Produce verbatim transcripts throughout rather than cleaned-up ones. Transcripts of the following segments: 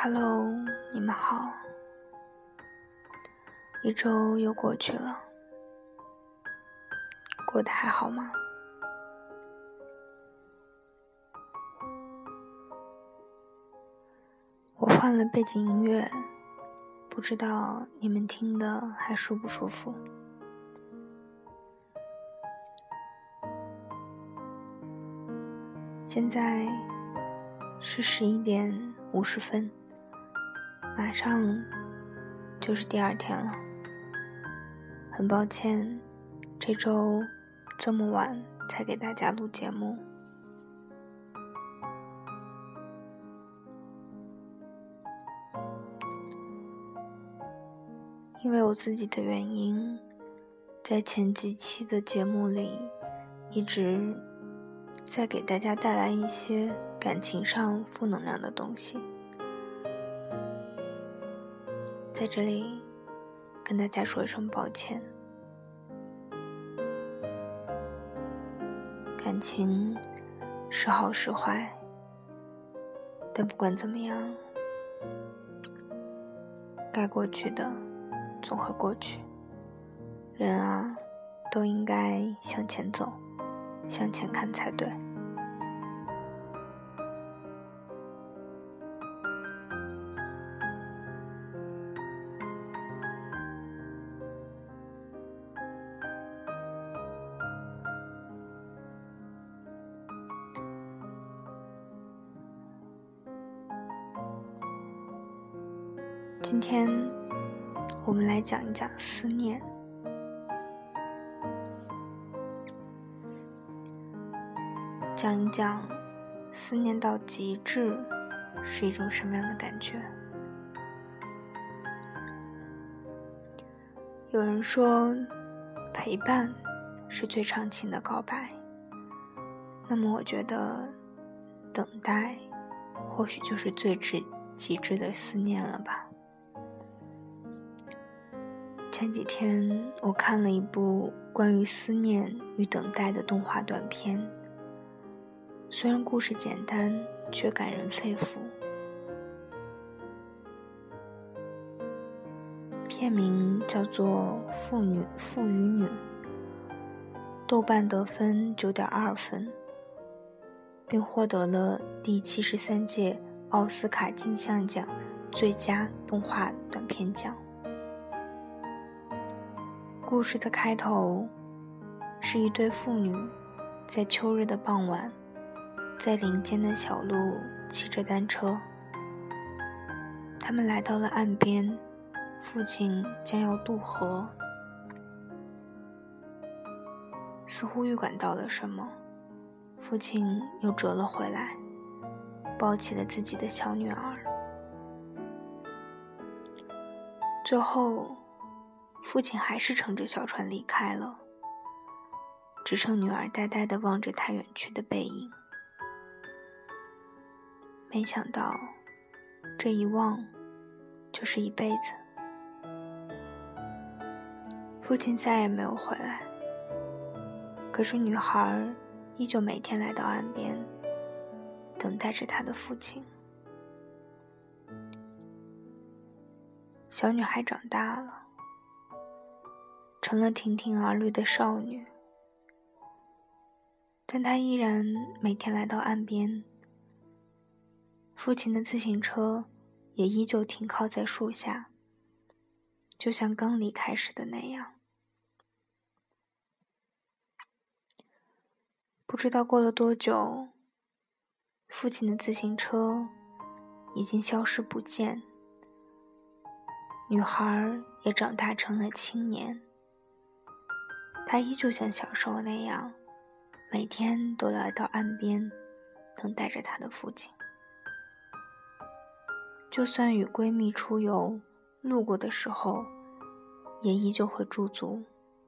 Hello， 你们好。一周又过去了，过得还好吗？我换了背景音乐，不知道你们听的还舒不舒服。现在是十一点五十分，马上就是第二天了。很抱歉，这周这么晚才给大家录节目。因为我自己的原因，在前几期的节目里，一直在给大家带来一些感情上负能量的东西。在这里跟大家说一声抱歉。感情是好是坏，但不管怎么样，该过去的总会过去。人啊，都应该向前走，向前看才对。今天我们来讲一讲思念。讲一讲思念到极致是一种什么样的感觉。有人说陪伴是最长情的告白，那么我觉得等待或许就是最极极致的思念了吧。前几天我看了一部关于思念与等待的动画短片，虽然故事简单，却感人肺腑。片名叫做《父女父与女》，豆瓣得分 九点二 分，并获得了第七十三届奥斯卡金像奖最佳动画短片奖。故事的开头是一对父女在秋日的傍晚，在林间的小路骑着单车。他们来到了岸边，父亲将要渡河，似乎预感到了什么，父亲又折了回来，抱起了自己的小女儿。最后父亲还是乘着小船离开了，只剩女儿呆呆地望着他远去的背影。没想到这一望就是一辈子。父亲再也没有回来，可是女孩依旧每天来到岸边，等待着她的父亲。小女孩长大了，成了亭亭而立的少女，但她依然每天来到岸边。父亲的自行车也依旧停靠在树下，就像刚离开时的那样。不知道过了多久，父亲的自行车已经消失不见，女孩也长大成了青年。她依旧像小时候那样，每天都来到岸边，等待着她的父亲。就算与闺蜜出游，路过的时候，也依旧会驻足。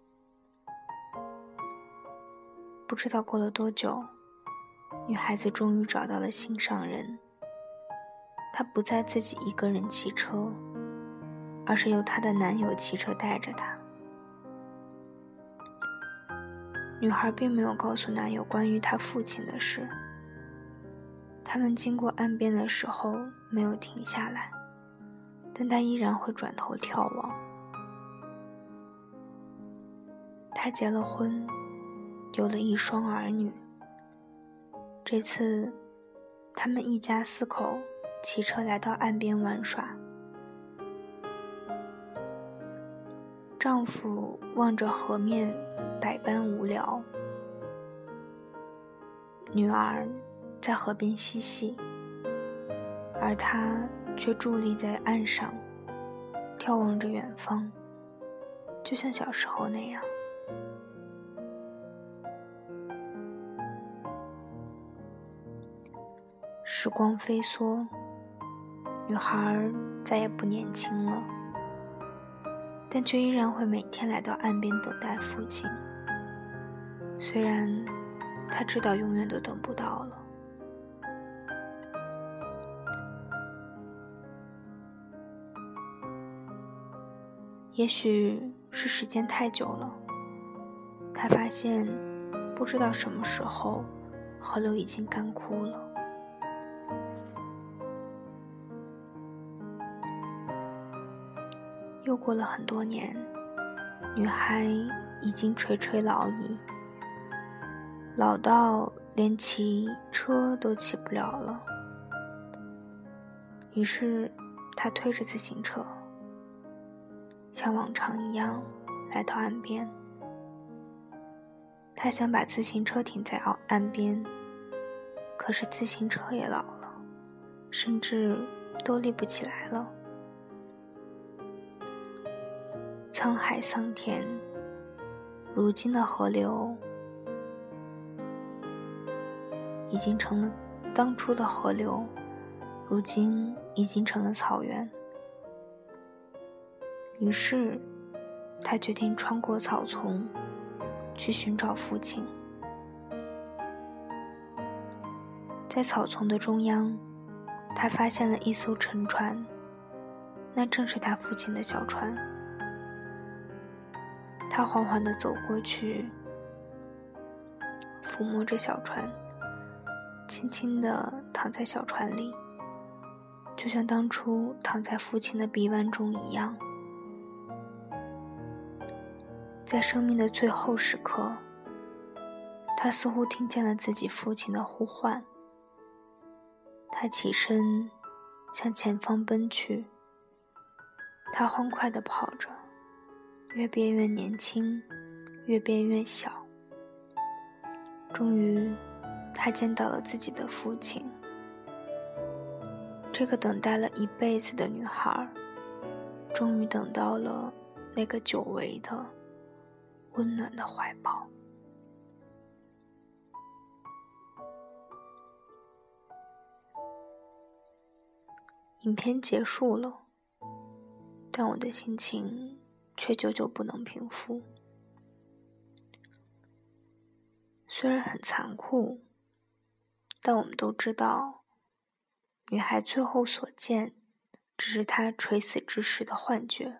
不知道过了多久，女孩子终于找到了心上人。她不再自己一个人骑车，而是由她的男友骑车带着她。女孩并没有告诉男友关于她父亲的事， 他们经过岸边的时候没有停下来，但他依然会转头眺望。他结了婚，有了一双儿女。这次他们一家四口骑车来到岸边玩耍。丈夫望着河面百般无聊，女儿在河边嬉戏，而他却伫立在岸上，眺望着远方，就像小时候那样。时光飞梭，女孩再也不年轻了，但却依然会每天来到岸边等待父亲。虽然她知道永远都等不到了。也许是时间太久了，她发现不知道什么时候河流已经干枯了。又过了很多年，女孩已经垂垂老矣，老到连骑车都骑不了了。于是她推着自行车，像往常一样来到岸边。她想把自行车停在岸边，可是自行车也老了，甚至都立不起来了。沧海桑田，如今的河流已经成了当初的河流，如今已经成了草原。于是他决定穿过草丛去寻找父亲。在草丛的中央，他发现了一艘沉船，那正是他父亲的小船。他缓缓地走过去，抚摸着小船，轻轻地躺在小船里，就像当初躺在父亲的臂弯中一样。在生命的最后时刻，他似乎听见了自己父亲的呼唤。他起身向前方奔去，他欢快地跑着，越变越年轻，越变越小。终于他见到了自己的父亲，这个等待了一辈子的女孩，终于等到了那个久违的温暖的怀抱。影片结束了，但我的心情却久久不能平复。虽然很残酷，但我们都知道，女孩最后所见只是她垂死之时的幻觉。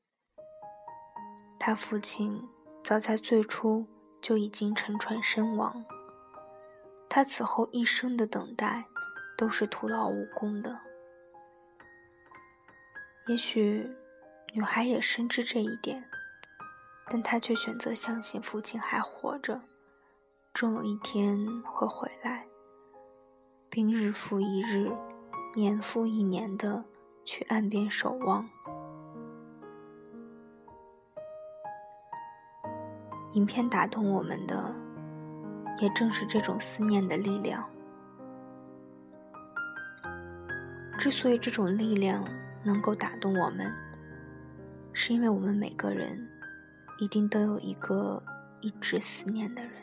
她父亲早在最初就已经沉船身亡，她此后一生的等待都是徒劳无功的。也许女孩也深知这一点，但她却选择相信父亲还活着，终有一天会回来，并日复一日，年复一年的去岸边守望。影片打动我们的，也正是这种思念的力量。之所以这种力量能够打动我们，是因为我们每个人一定都有一个一直思念的人。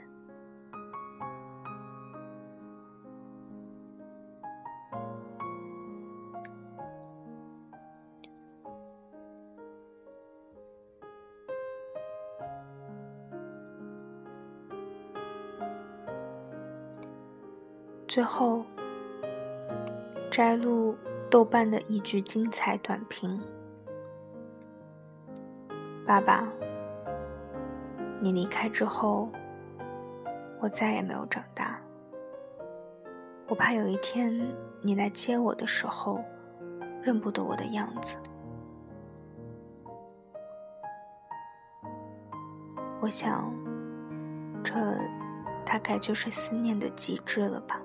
最后摘录豆瓣的一句精彩短评：爸爸，你离开之后，我再也没有长大。 我怕有一天你来接我的时候认不得我的样子。我想这大概就是思念的极致了吧。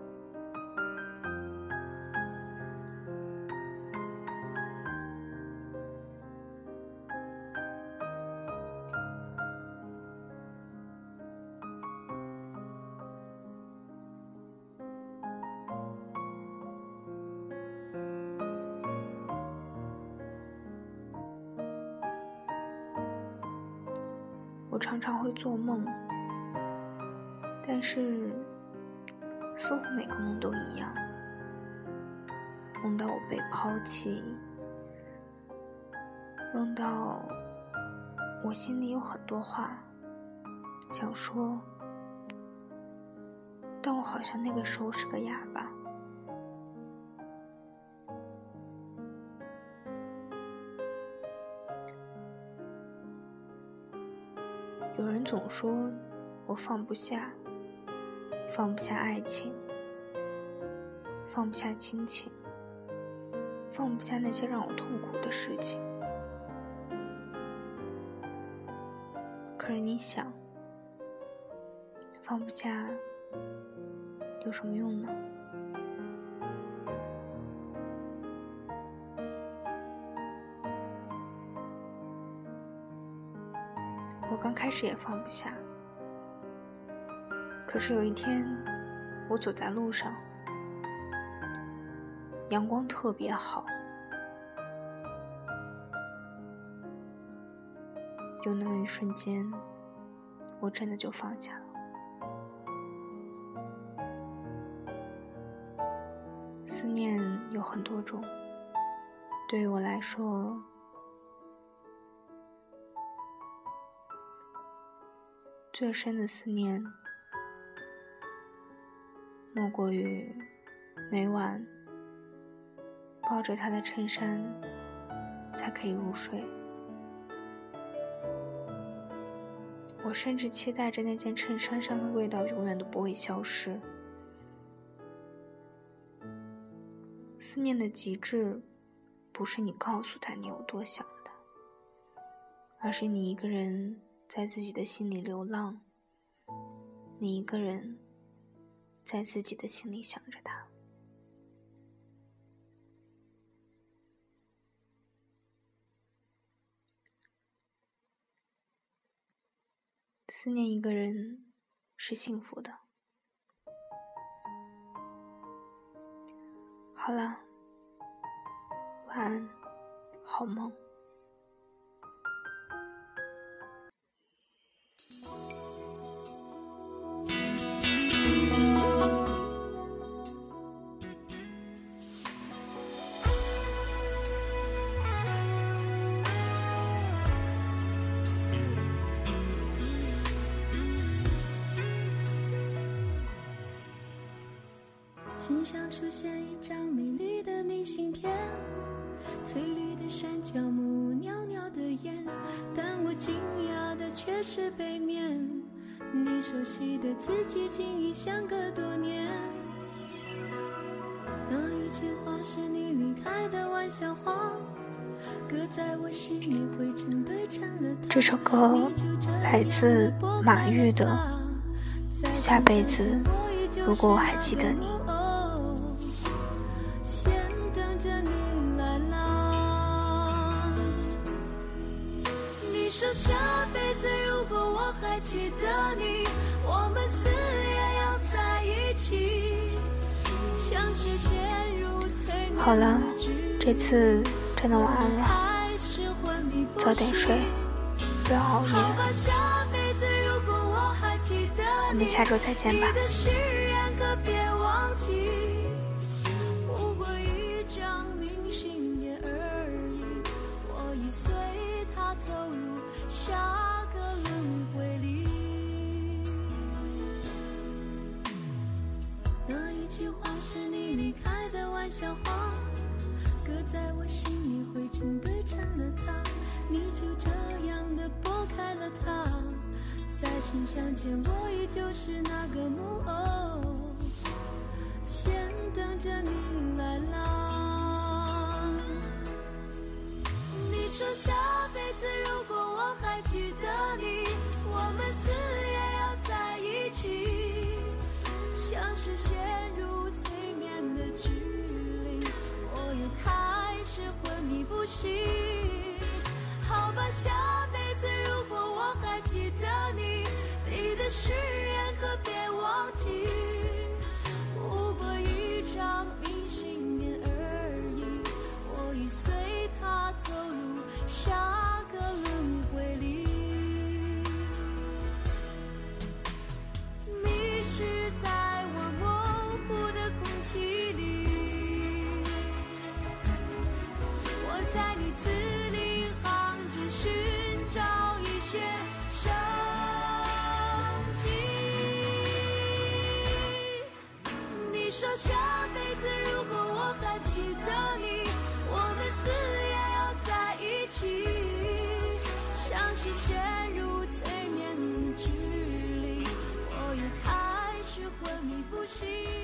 我常常会做梦，但是似乎每个梦都一样，梦到我被抛弃，梦到我心里有很多话想说，但我好像那个时候是个哑巴。有人总说我放不下，放不下爱情，放不下亲情，放不下那些让我痛苦的事情。可是你想，放不下有什么用呢？我刚开始也放不下，可是有一天我走在路上，阳光特别好，有那么一瞬间我真的就放下了。思念有很多种，对于我来说，最深的思念莫过于每晚抱着他的衬衫才可以入睡。我甚至期待着那件衬衫上的味道永远都不会消失。思念的极致不是你告诉他你有多想他，而是你一个人在自己的心里流浪，你一个人在自己的心里想着他。思念一个人是幸福的。好了，晚安，好梦。 心上出现一张美丽的明信片，翠绿的山脚木，袅袅的烟，但我惊讶的却是背面，你熟悉的字迹竟已相隔多年。那一句话是你离开的玩笑话，搁在我心里灰尘堆成了塔。 这首歌来自马玉的《下辈子如果我还记得你》。 说下辈子如果我还记得你，我们死也要在一起，像是陷入催眠。 好了，这次真的晚安了，早点睡，不要熬夜。我们下周再见吧。走入下个轮回里，那一句话是你离开的玩笑话，搁在我心里灰尘堆成了塔，你就这样的拨开了它，在心相见我依旧是那个木偶。现等着你来啦。你说下辈子如果我还记得你，我们死也要在一起，像是陷入催眠的指令，我又开始昏迷不醒。好吧，下辈子如果我还记得你，你的誓言可别忘记，不过一张明信片而已，我已随它走入下个轮回里，迷失在我模糊的空气里，我在你字里行间寻找一些生机。你说下辈子如果我还记得你，我们死也要在一起，像是陷入催眠的指令，我又开始昏迷不醒。